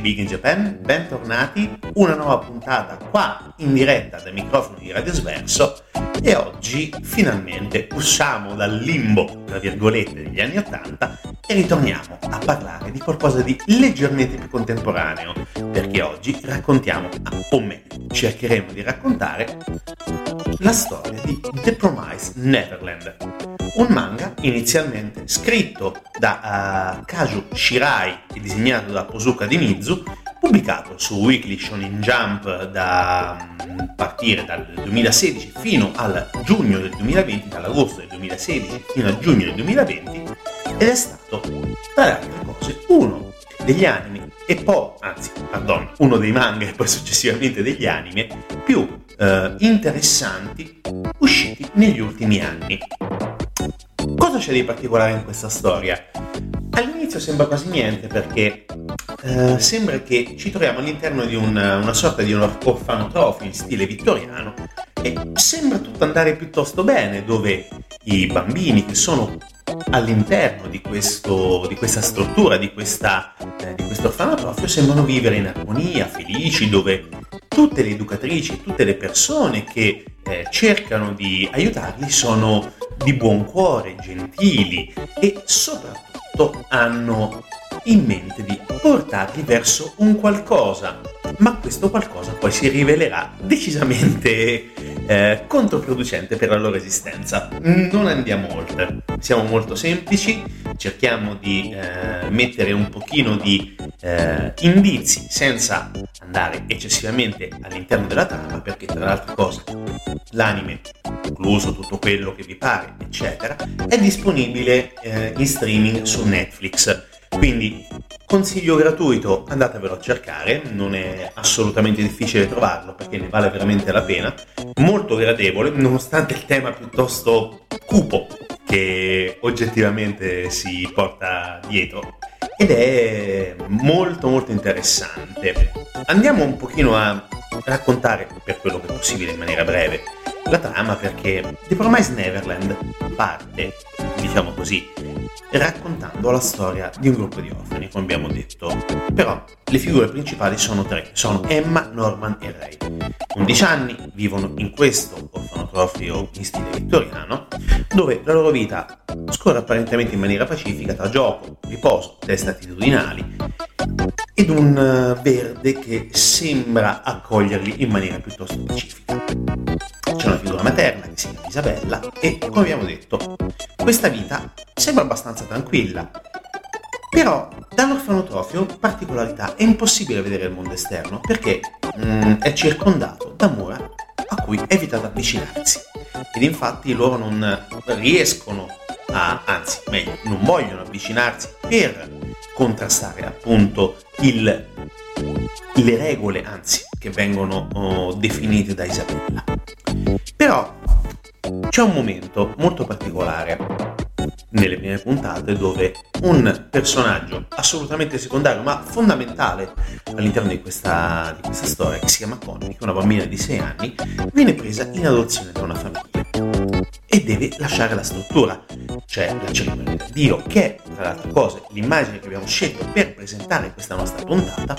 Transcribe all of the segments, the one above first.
Big in Japan, bentornati, una nuova puntata qua in diretta dai microfoni di Radio Sverso e oggi finalmente usciamo dal limbo, tra virgolette, degli anni 80 e ritorniamo a parlare di qualcosa di leggermente più contemporaneo, perché oggi raccontiamo, o meglio, cercheremo di raccontare la storia di The Promised Neverland, un manga inizialmente scritto da Kazu Shirai e disegnato da Kosuke Dimizu, pubblicato su Weekly Shonen Jump da partire dal 2016 fino al giugno del 2020, dall'agosto del 2016 fino al giugno del 2020, ed è stato, tra le altre cose, uno degli anime uno dei manga e poi successivamente degli anime più interessanti usciti negli ultimi anni. Cosa c'è di particolare in questa storia? All'inizio sembra quasi niente perché sembra che ci troviamo all'interno di una sorta di un orfanotrofio in stile vittoriano e sembra tutto andare piuttosto bene, dove i bambini che sono all'interno di questa struttura, di questo orfanotrofio sembrano vivere in armonia, felici, dove tutte le educatrici, tutte le persone che cercano di aiutarli sono di buon cuore, gentili e soprattutto hanno in mente di portarli verso un qualcosa, ma questo qualcosa poi si rivelerà decisamente controproducente per la loro esistenza. Non andiamo oltre, siamo molto semplici, cerchiamo di mettere un pochino di indizi senza andare eccessivamente all'interno della trama, perché tra le altre cose l'anime, incluso tutto quello che vi pare eccetera, è disponibile in streaming su Netflix. Quindi consiglio gratuito, andatevelo a cercare, non è assolutamente difficile trovarlo perché ne vale veramente la pena, molto gradevole nonostante il tema piuttosto cupo che oggettivamente si porta dietro, ed è molto molto interessante. Andiamo un pochino a raccontare, per quello che è possibile in maniera breve, la trama, perché The Promised Neverland parte, diciamo così, raccontando la storia di un gruppo di orfani, come abbiamo detto. Però le figure principali sono tre, sono Emma, Norman e Ray. 11 anni, vivono in questo orfanotrofio in stile vittoriano, dove la loro vita scorre apparentemente in maniera pacifica tra gioco, riposo, teste attitudinali ed un verde che sembra accoglierli in maniera piuttosto pacifica. C'è una figura materna che si chiama Isabella e, come abbiamo detto, questa vita sembra abbastanza tranquilla. Però dall'orfanotrofio, particolarità, è impossibile vedere il mondo esterno perché è circondato da mura a cui è vietato avvicinarsi. Ed infatti loro non riescono non vogliono avvicinarsi per contrastare appunto le regole, che vengono definite da Isabella. Però c'è un momento molto particolare nelle prime puntate dove un personaggio assolutamente secondario ma fondamentale all'interno di questa storia, che si chiama Connie, che è una bambina di 6 anni, viene presa in adozione da una famiglia e deve lasciare la struttura. C'è la cerimonia d'addio, che è, tra le altre cose, l'immagine che abbiamo scelto per presentare questa nostra puntata,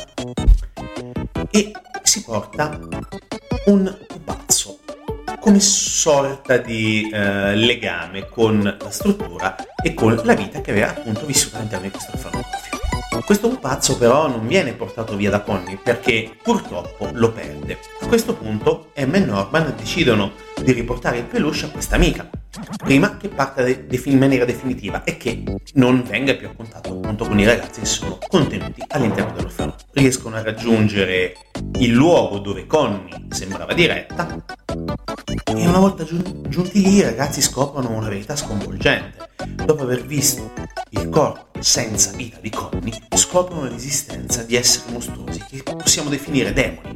e si porta un pupazzo come sorta di legame con la struttura e con la vita che aveva appunto vissuto all'interno di questo orfanotrofio. Questo pupazzo però non viene portato via da Connie perché purtroppo lo perde. A questo punto Emma e Norman decidono di riportare il peluche a questa amica prima che parta in maniera definitiva e che non venga più a contatto appunto con i ragazzi che sono contenuti all'interno dell'orfanotrofio. Riescono a raggiungere il luogo dove Connie sembrava diretta e una volta giunti lì i ragazzi scoprono una verità sconvolgente. Dopo aver visto il corpo senza vita di Connie, scoprono l'esistenza di esseri mostruosi che possiamo definire demoni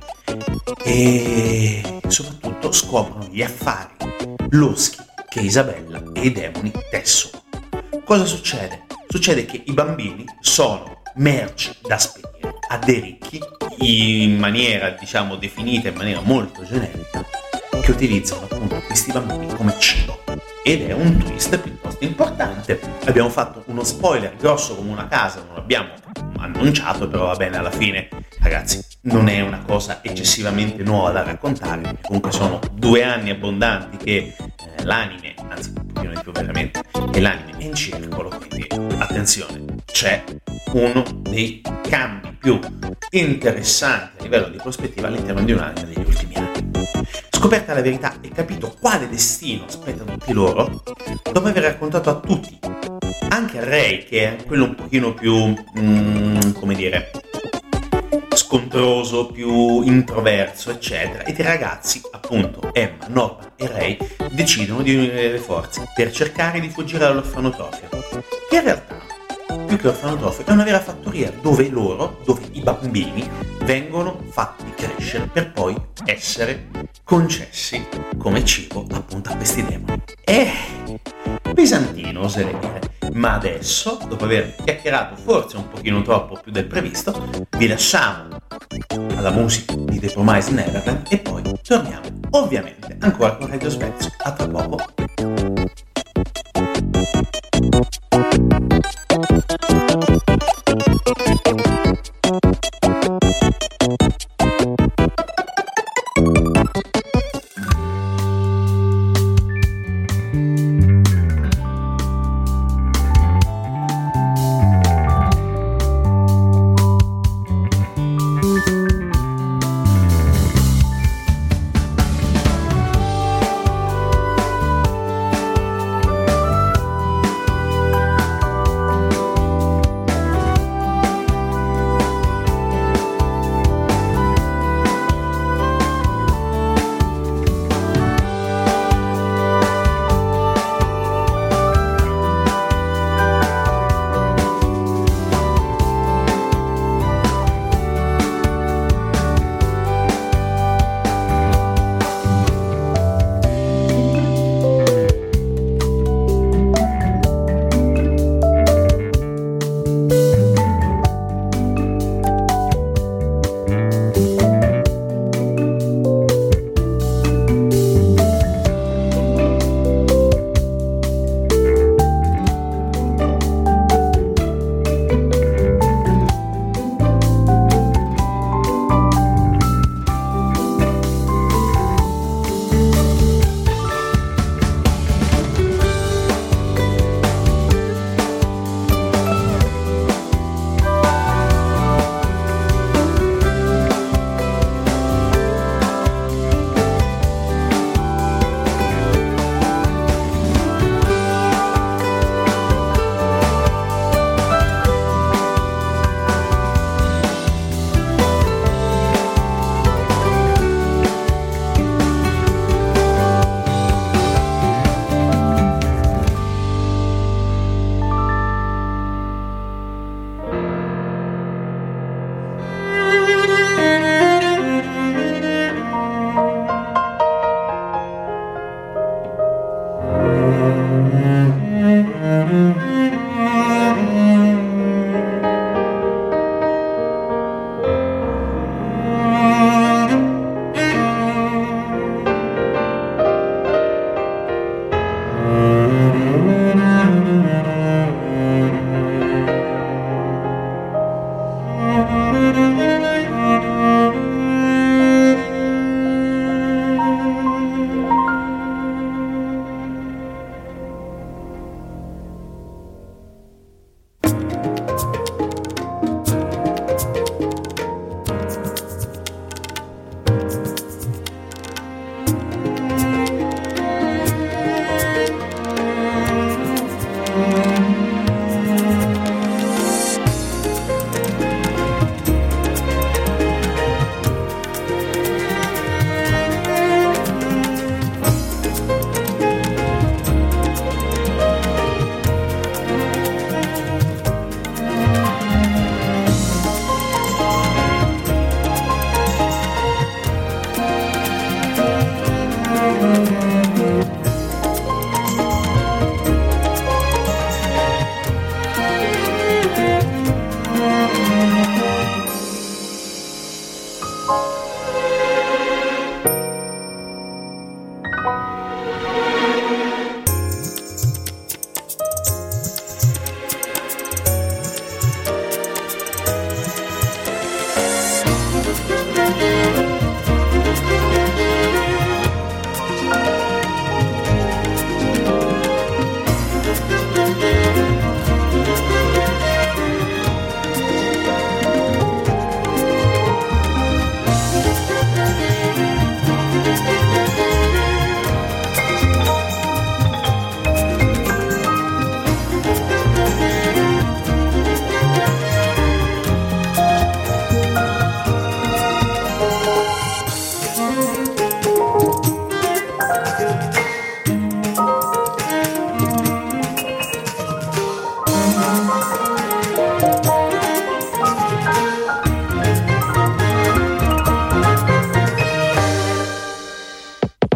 e soprattutto scoprono gli affari loschi che Isabella e i demoni tessono. Cosa succede? Succede che i bambini sono merce da spedire a dei ricchi in maniera, definita in maniera molto generica, che utilizzano appunto questi bambini come cibo. Ed è un twist piuttosto importante. Abbiamo fatto uno spoiler grosso come una casa, non l'abbiamo annunciato, però va bene, alla fine ragazzi, non è una cosa eccessivamente nuova da raccontare, perché comunque sono 2 anni abbondanti che l'anime, anzi un pochino di più veramente, che l'anime è in circolo, quindi attenzione, c'è uno dei cambi più interessanti a livello di prospettiva all'interno di un anime degli ultimi anni. Scoperta la verità e capito quale destino aspetta tutti loro, dopo aver raccontato a tutti, anche a Rei, che è quello un pochino più, come dire, scontroso, più introverso, eccetera, e i ragazzi, appunto Emma, Norman e Rei, decidono di unire le forze per cercare di fuggire dall'orfanotrofio, che in realtà, più che orfanotrofio, è una vera fattoria dove i bambini vengono fatti crescere per poi essere concessi come cibo appunto a questi demoni. Pesantino, oserei dire. Ma adesso, dopo aver chiacchierato forse un pochino troppo più del previsto, vi lasciamo alla musica di The Promised Neverland e poi torniamo ovviamente ancora con Radio Svezio. A tra poco.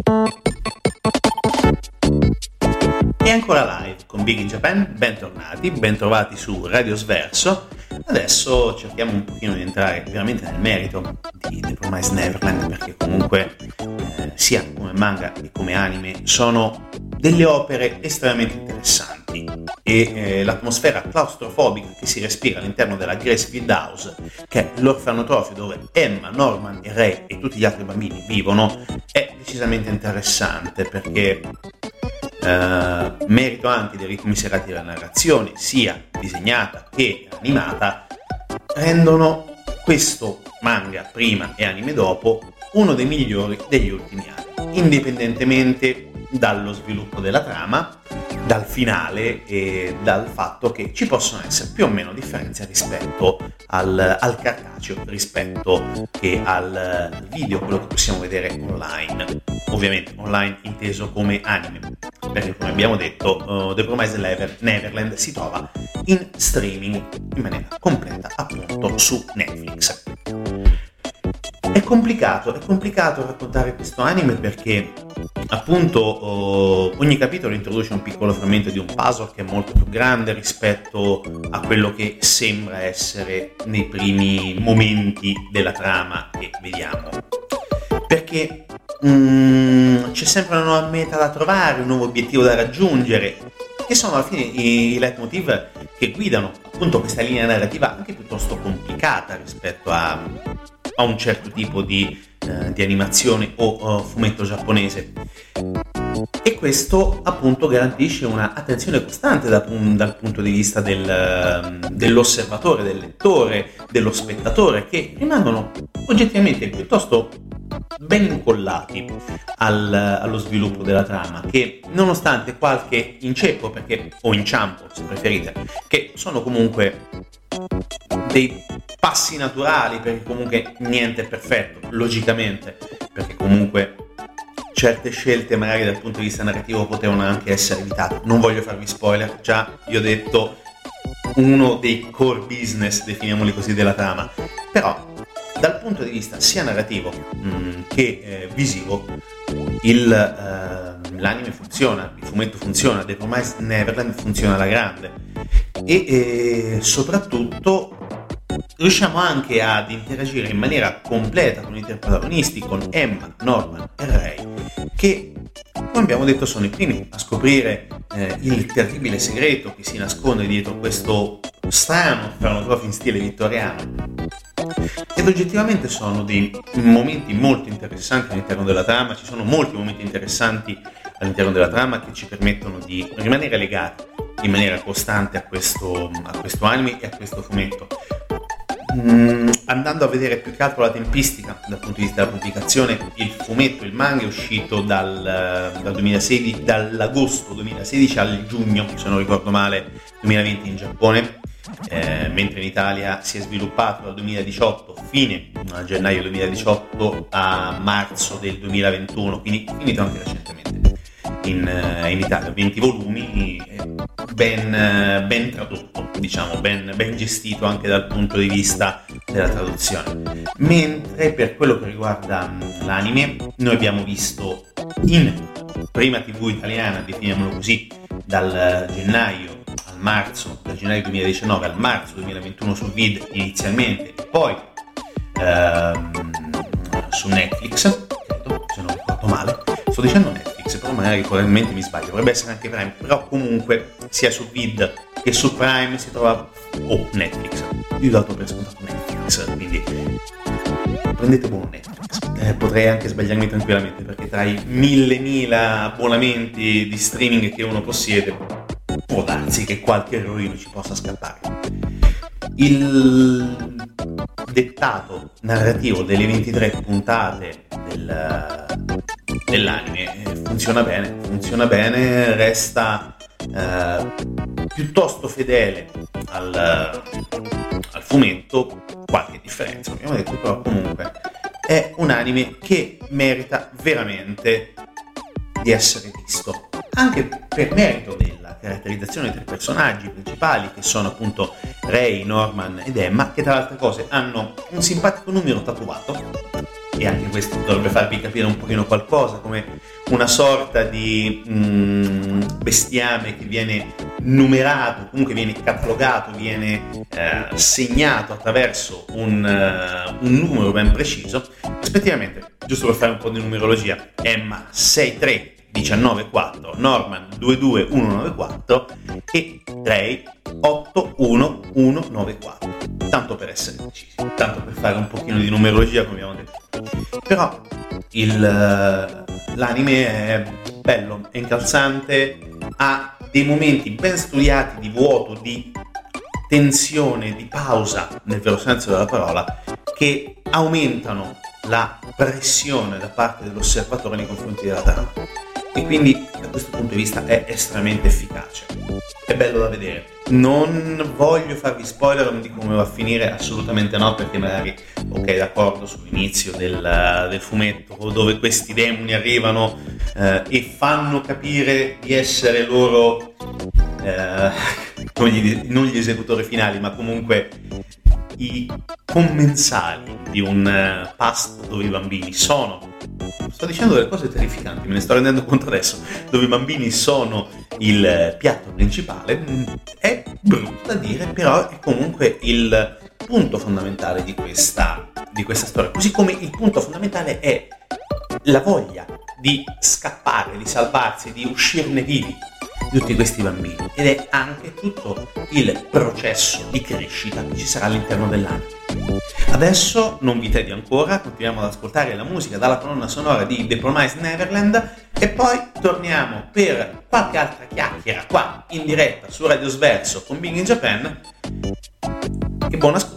E ancora live con Big in Japan, bentornati, bentrovati su Radio Sverso. Adesso cerchiamo un pochino di entrare veramente nel merito di The Promised Neverland, perché comunque sia come manga che come anime sono delle opere estremamente interessanti e l'atmosfera claustrofobica che si respira all'interno della Gracefield House, che è l'orfanotrofio dove Emma, Norman e Ray e tutti gli altri bambini vivono, è decisamente interessante perché merito anche dei ritmi serrati della narrazione, sia disegnata che animata, rendono questo manga prima e anime dopo uno dei migliori degli ultimi anni, indipendentemente dallo sviluppo della trama, dal finale e dal fatto che ci possono essere più o meno differenze rispetto al cartaceo, rispetto che al video, quello che possiamo vedere online, ovviamente online inteso come anime, perché come abbiamo detto The Promised Neverland si trova in streaming in maniera completa appunto su Netflix. È complicato raccontare questo anime perché appunto ogni capitolo introduce un piccolo frammento di un puzzle che è molto più grande rispetto a quello che sembra essere nei primi momenti della trama che vediamo, perché c'è sempre una nuova meta da trovare, un nuovo obiettivo da raggiungere, che sono alla fine i leitmotiv che guidano appunto questa linea narrativa anche piuttosto complicata rispetto a un certo tipo di animazione o fumetto giapponese, e questo appunto garantisce una attenzione costante dal punto di vista dell'osservatore, del lettore, dello spettatore, che rimangono oggettivamente piuttosto ben incollati allo sviluppo della trama, che nonostante qualche inceppo o inciampo se preferite, che sono comunque dei passi naturali, perché comunque niente è perfetto logicamente, perché comunque certe scelte magari dal punto di vista narrativo potevano anche essere evitate. Non voglio farvi spoiler, già vi ho detto uno dei core business, definiamoli così, della trama, però dal punto di vista sia narrativo che visivo l'anime funziona, il fumetto funziona, The Promised Neverland funziona alla grande e soprattutto riusciamo anche ad interagire in maniera completa con i tre protagonisti, con Emma, Norman e Ray, che come abbiamo detto sono i primi a scoprire il terribile segreto che si nasconde dietro questo strano orfanotrofio in stile vittoriano, ed oggettivamente sono dei momenti molto interessanti all'interno della trama. Ci sono molti momenti interessanti all'interno della trama che ci permettono di rimanere legati in maniera costante a questo anime e a questo fumetto. Andando a vedere più che altro la tempistica dal punto di vista della pubblicazione, il manga è uscito dall'agosto 2016 al giugno, se non ricordo male, 2020 in Giappone, mentre in Italia si è sviluppato dal 2018 fine a gennaio 2018 a marzo del 2021, quindi finito anche recentemente in Italia, 20 volumi, ben tradotto, diciamo, ben gestito anche dal punto di vista della traduzione. Mentre per quello che riguarda l'anime, noi abbiamo visto in prima TV italiana, definiamolo così, dal gennaio 2019 al marzo 2021 su Vid inizialmente, e poi su Netflix, credo, se non ricordo male. Sto dicendo Netflix, però magari probabilmente mi sbaglio, dovrebbe essere anche Prime, però comunque sia su Vid che su Prime si trova Netflix. Io ho dato per scontato Netflix, quindi prendete buono Netflix. Potrei anche sbagliarmi tranquillamente, perché tra i mille abbonamenti di streaming che uno possiede può darsi che qualche errorino ci possa scappare. Il dettato narrativo delle 23 puntate dell'anime funziona bene, resta piuttosto fedele al fumetto, qualche differenza abbiamo detto, però comunque è un anime che merita veramente di essere visto, anche per merito della caratterizzazione dei tre personaggi principali, che sono appunto Ray, Norman ed Emma, che tra le altre cose hanno un simpatico numero tatuato e anche questo dovrebbe farvi capire un pochino qualcosa, come una sorta di bestiame che viene numerato, comunque viene catalogato, viene segnato attraverso un numero ben preciso, rispettivamente, giusto per fare un po' di numerologia, Emma 63 19-4, Norman 22-194 e Ray 8-1-1-9-4, tanto per essere precisi, tanto per fare un pochino di numerologia come abbiamo detto. Però l'anime è bello, è incalzante, ha dei momenti ben studiati di vuoto, di tensione, di pausa nel vero senso della parola, che aumentano la pressione da parte dell'osservatore nei confronti della trama, e quindi da questo punto di vista è estremamente efficace, è bello da vedere. Non voglio farvi spoiler, non dico come va a finire, assolutamente no, perché magari, ok, d'accordo, sull'inizio del fumetto dove questi demoni arrivano e fanno capire di essere loro non gli esecutori finali, ma comunque i commensali di un pasto dove i bambini sto dicendo delle cose terrificanti, me ne sto rendendo conto adesso, dove i bambini sono il piatto principale. È brutto da dire, però è comunque il punto fondamentale di questa storia, così come il punto fondamentale è la voglia di scappare, di salvarsi, di uscirne vivi di tutti questi bambini, ed è anche tutto il processo di crescita che ci sarà all'interno dell'anime. Adesso non vi tedio ancora, continuiamo ad ascoltare la musica dalla colonna sonora di The Promised Neverland e poi torniamo per qualche altra chiacchiera qua in diretta su Radio Sverso con Bing in Japan, e buon ascolto.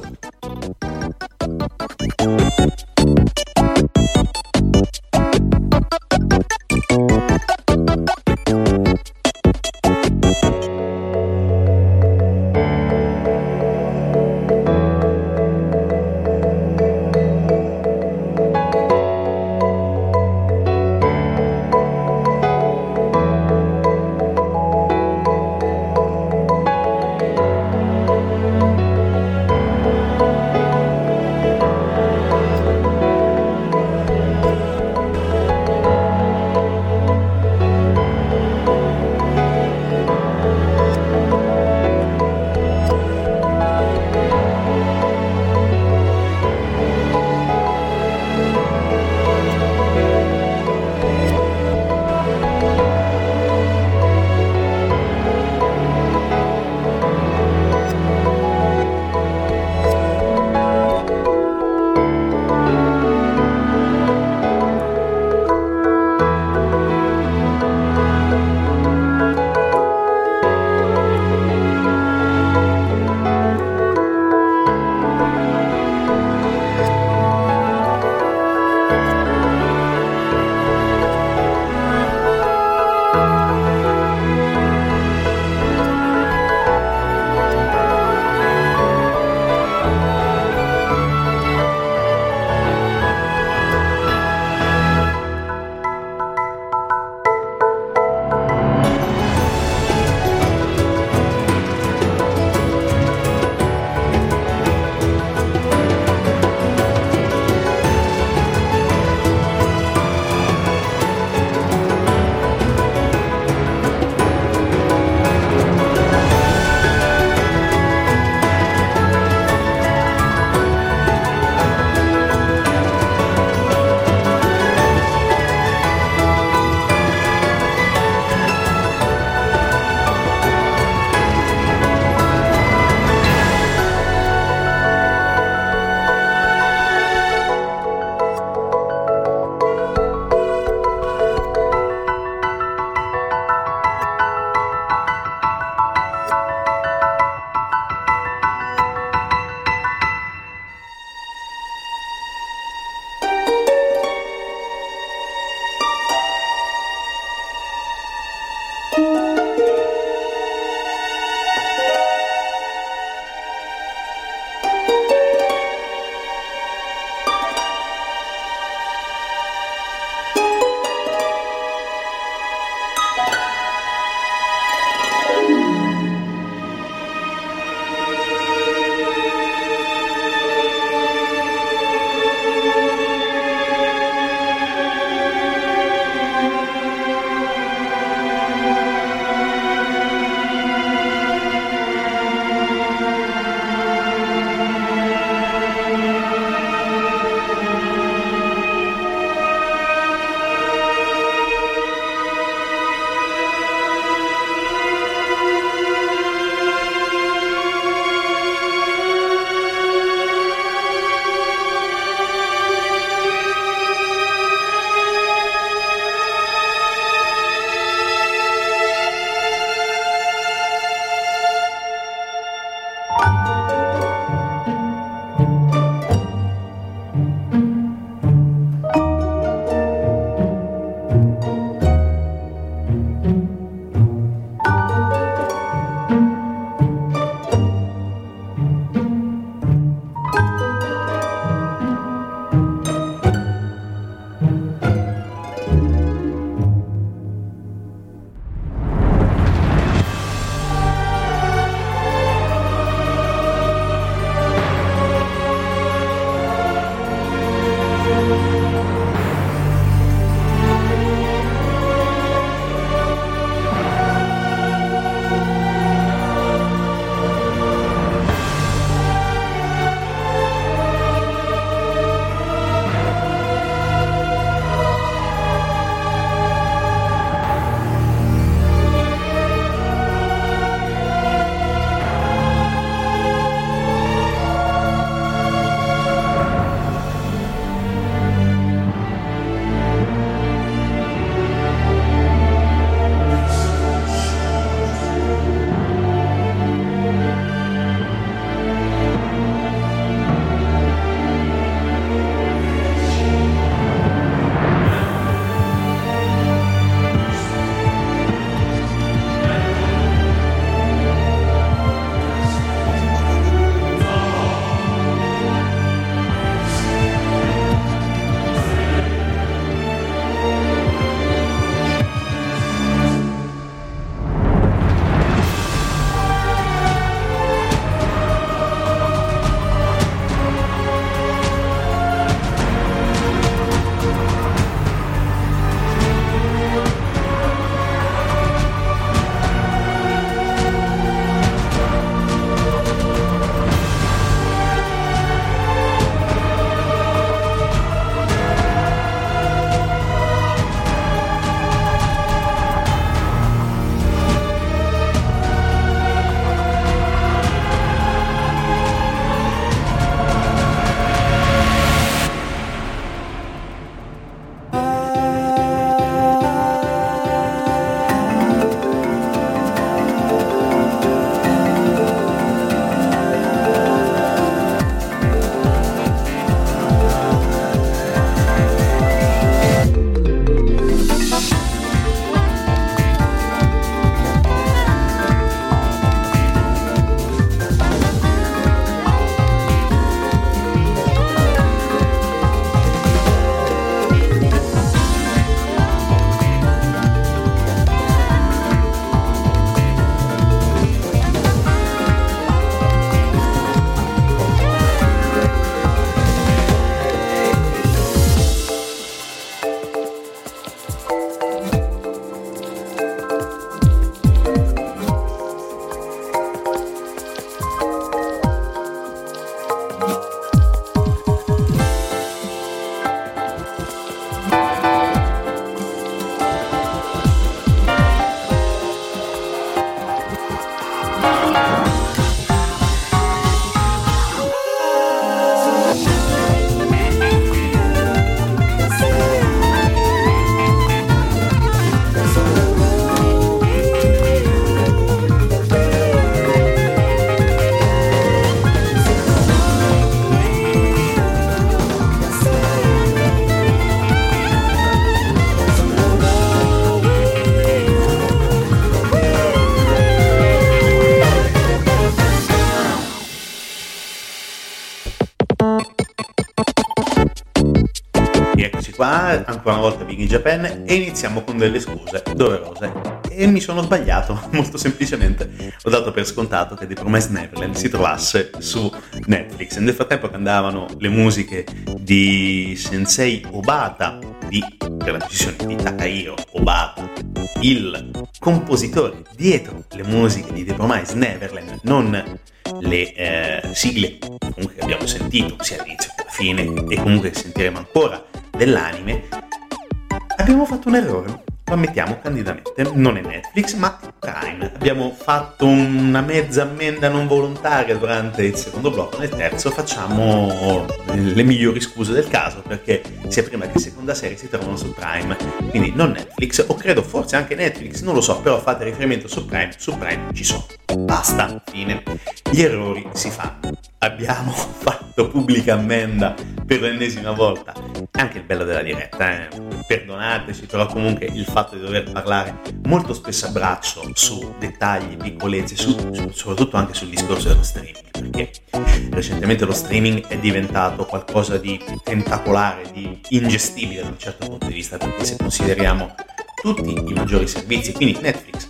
qua, ancora una volta Big in Japan, e iniziamo con delle scuse doverose. E mi sono sbagliato, molto semplicemente. Ho dato per scontato che The Promised Neverland si trovasse su Netflix. Nel frattempo che andavano le musiche di Sensei Obata, per la precisione di Takahiro Obata, il compositore dietro le musiche di The Promised Neverland, non le sigle comunque che abbiamo sentito sia all'inizio che alla fine e comunque che sentiremo ancora dell'anime, abbiamo fatto un errore. Lo ammettiamo candidamente, non è Netflix ma Prime. Abbiamo fatto una mezza ammenda non volontaria durante il secondo blocco. Nel terzo facciamo le migliori scuse del caso, perché sia prima che seconda serie si trovano su Prime, quindi non Netflix, o credo forse anche Netflix, non lo so, però fate riferimento su Prime ci sono. Basta, fine. Gli errori si fanno. Abbiamo fatto pubblica ammenda per l'ennesima volta. Anche il bello della diretta, perdonateci, però comunque il fatto di dover parlare molto spesso a braccio su dettagli, piccolezze, soprattutto anche sul discorso dello streaming, perché recentemente lo streaming è diventato qualcosa di tentacolare, di ingestibile da un certo punto di vista, perché se consideriamo tutti i maggiori servizi, quindi Netflix,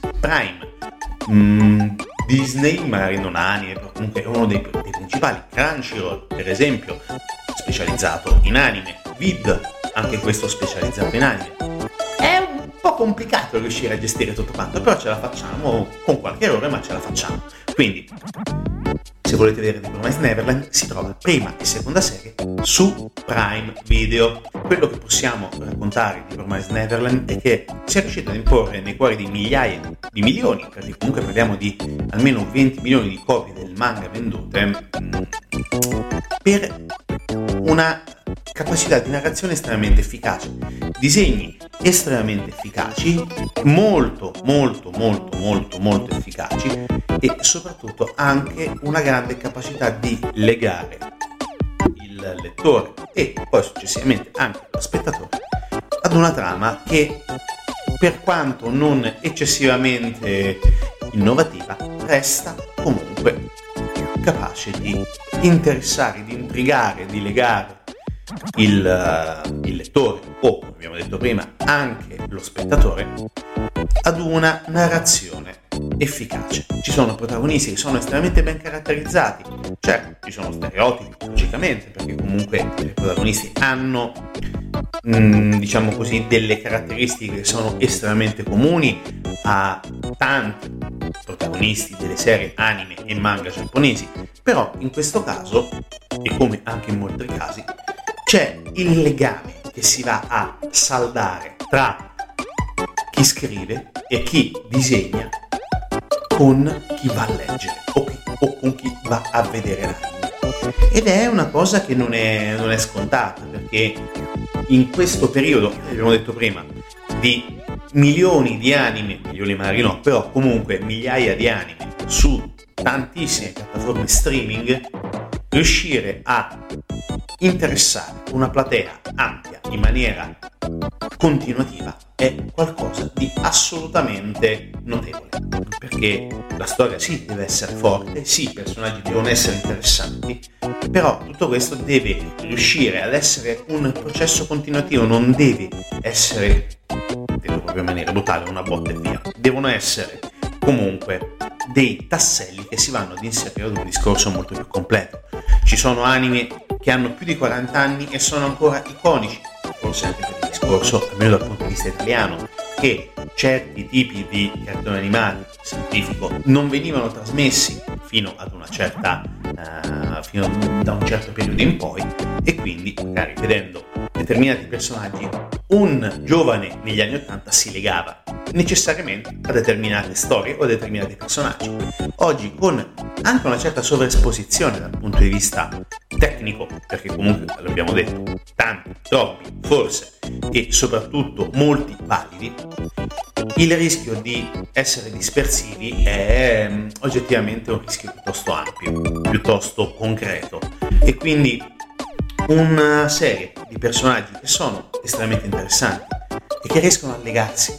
Prime, Disney, magari non anime, però comunque è uno dei principali, Crunchyroll per esempio, specializzato in anime, Vid, anche questo specializzato in anime. È un po' complicato riuscire a gestire tutto quanto, però ce la facciamo con qualche errore, ma ce la facciamo. Quindi, se volete vedere The Promised Neverland, si trova prima e seconda serie su Prime Video. Quello che possiamo raccontare di The Promised Neverland è che si è riuscito ad imporre nei cuori di migliaia di milioni, perché comunque parliamo di almeno 20 milioni di copie del manga vendute, per una capacità di narrazione estremamente efficace, disegni estremamente efficaci, molto efficaci, e soprattutto anche una grande capacità di legare il lettore e poi successivamente anche lo spettatore ad una trama che, per quanto non eccessivamente innovativa, resta comunque capace di interessare, di intrigare, di legare il lettore o, come abbiamo detto prima, anche lo spettatore ad una narrazione efficace. Ci sono protagonisti che sono estremamente ben caratterizzati, certo ci sono stereotipi logicamente, perché comunque i protagonisti hanno diciamo così delle caratteristiche che sono estremamente comuni a tanti protagonisti delle serie anime e manga giapponesi, però in questo caso, e come anche in molti casi, c'è il legame che si va a saldare tra chi scrive e chi disegna con chi va a leggere o con chi va a vedere l'anime. Ed è una cosa che non è scontata, perché in questo periodo, abbiamo detto prima, di milioni di anime, milioni magari no, però comunque migliaia di anime su tantissime piattaforme streaming, riuscire a interessare una platea ampia in maniera continuativa è qualcosa di assolutamente notevole, perché la storia sì deve essere forte, sì i personaggi devono essere interessanti, però tutto questo deve riuscire ad essere un processo continuativo, non deve essere, detto proprio in maniera brutale, una botta e via. Devono essere comunque dei tasselli che si vanno ad inserire ad un discorso molto più completo. Ci sono anime che hanno più di 40 anni e sono ancora iconici, forse anche per il discorso, almeno dal punto di vista italiano, che certi tipi di cartoni animati, semplifico, non venivano trasmessi fino ad una certa fino da un certo periodo in poi, e quindi magari vedendo determinati personaggi un giovane negli anni 80 si legava necessariamente a determinate storie o a determinati personaggi. Oggi, con anche una certa sovraesposizione dal punto di vista tecnico, perché comunque l'abbiamo detto, tanti, troppi, forse, e soprattutto molti validi, il rischio di essere dispersivi è oggettivamente un rischio piuttosto ampio, piuttosto concreto, e quindi una serie di personaggi che sono estremamente interessanti e che riescono a legarsi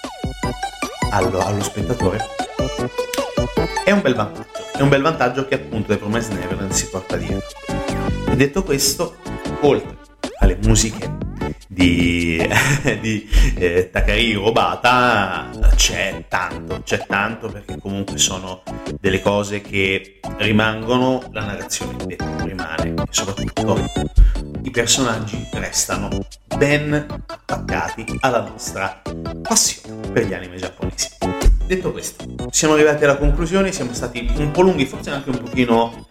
allo spettatore è un bel vantaggio che appunto The Promised Neverland si porta dietro. E detto questo, oltre alle musiche di Takahiro Obata c'è tanto, perché comunque sono delle cose che rimangono, la narrazione rimane, e soprattutto i personaggi restano ben attaccati alla nostra passione per gli anime giapponesi. Detto questo, siamo arrivati alla conclusione, siamo stati un po' lunghi, forse anche un pochino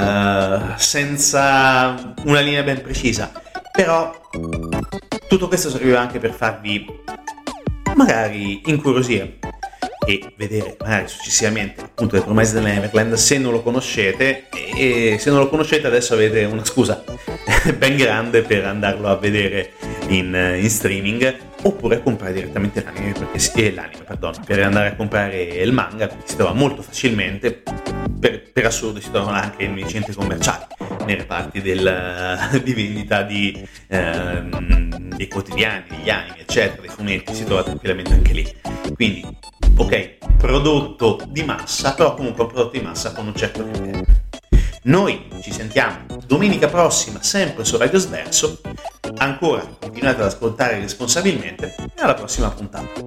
senza una linea ben precisa, però tutto questo serviva anche per farvi magari incuriosire e vedere magari successivamente appunto The Promised Neverland se non lo conoscete, e se non lo conoscete adesso avete una scusa ben grande per andarlo a vedere in streaming, oppure comprare direttamente l'anime, per andare a comprare il manga, perché si trova molto facilmente, per assurdo si trovano anche nei centri commerciali, nei reparti di vendita dei quotidiani, degli anime, eccetera, dei fumetti, si trova tranquillamente anche lì. Quindi, ok, prodotto di massa, però comunque un prodotto di massa con un certo criterio. Noi ci sentiamo domenica prossima, sempre su Radio Sverso. Ancora continuate ad ascoltare responsabilmente e alla prossima puntata.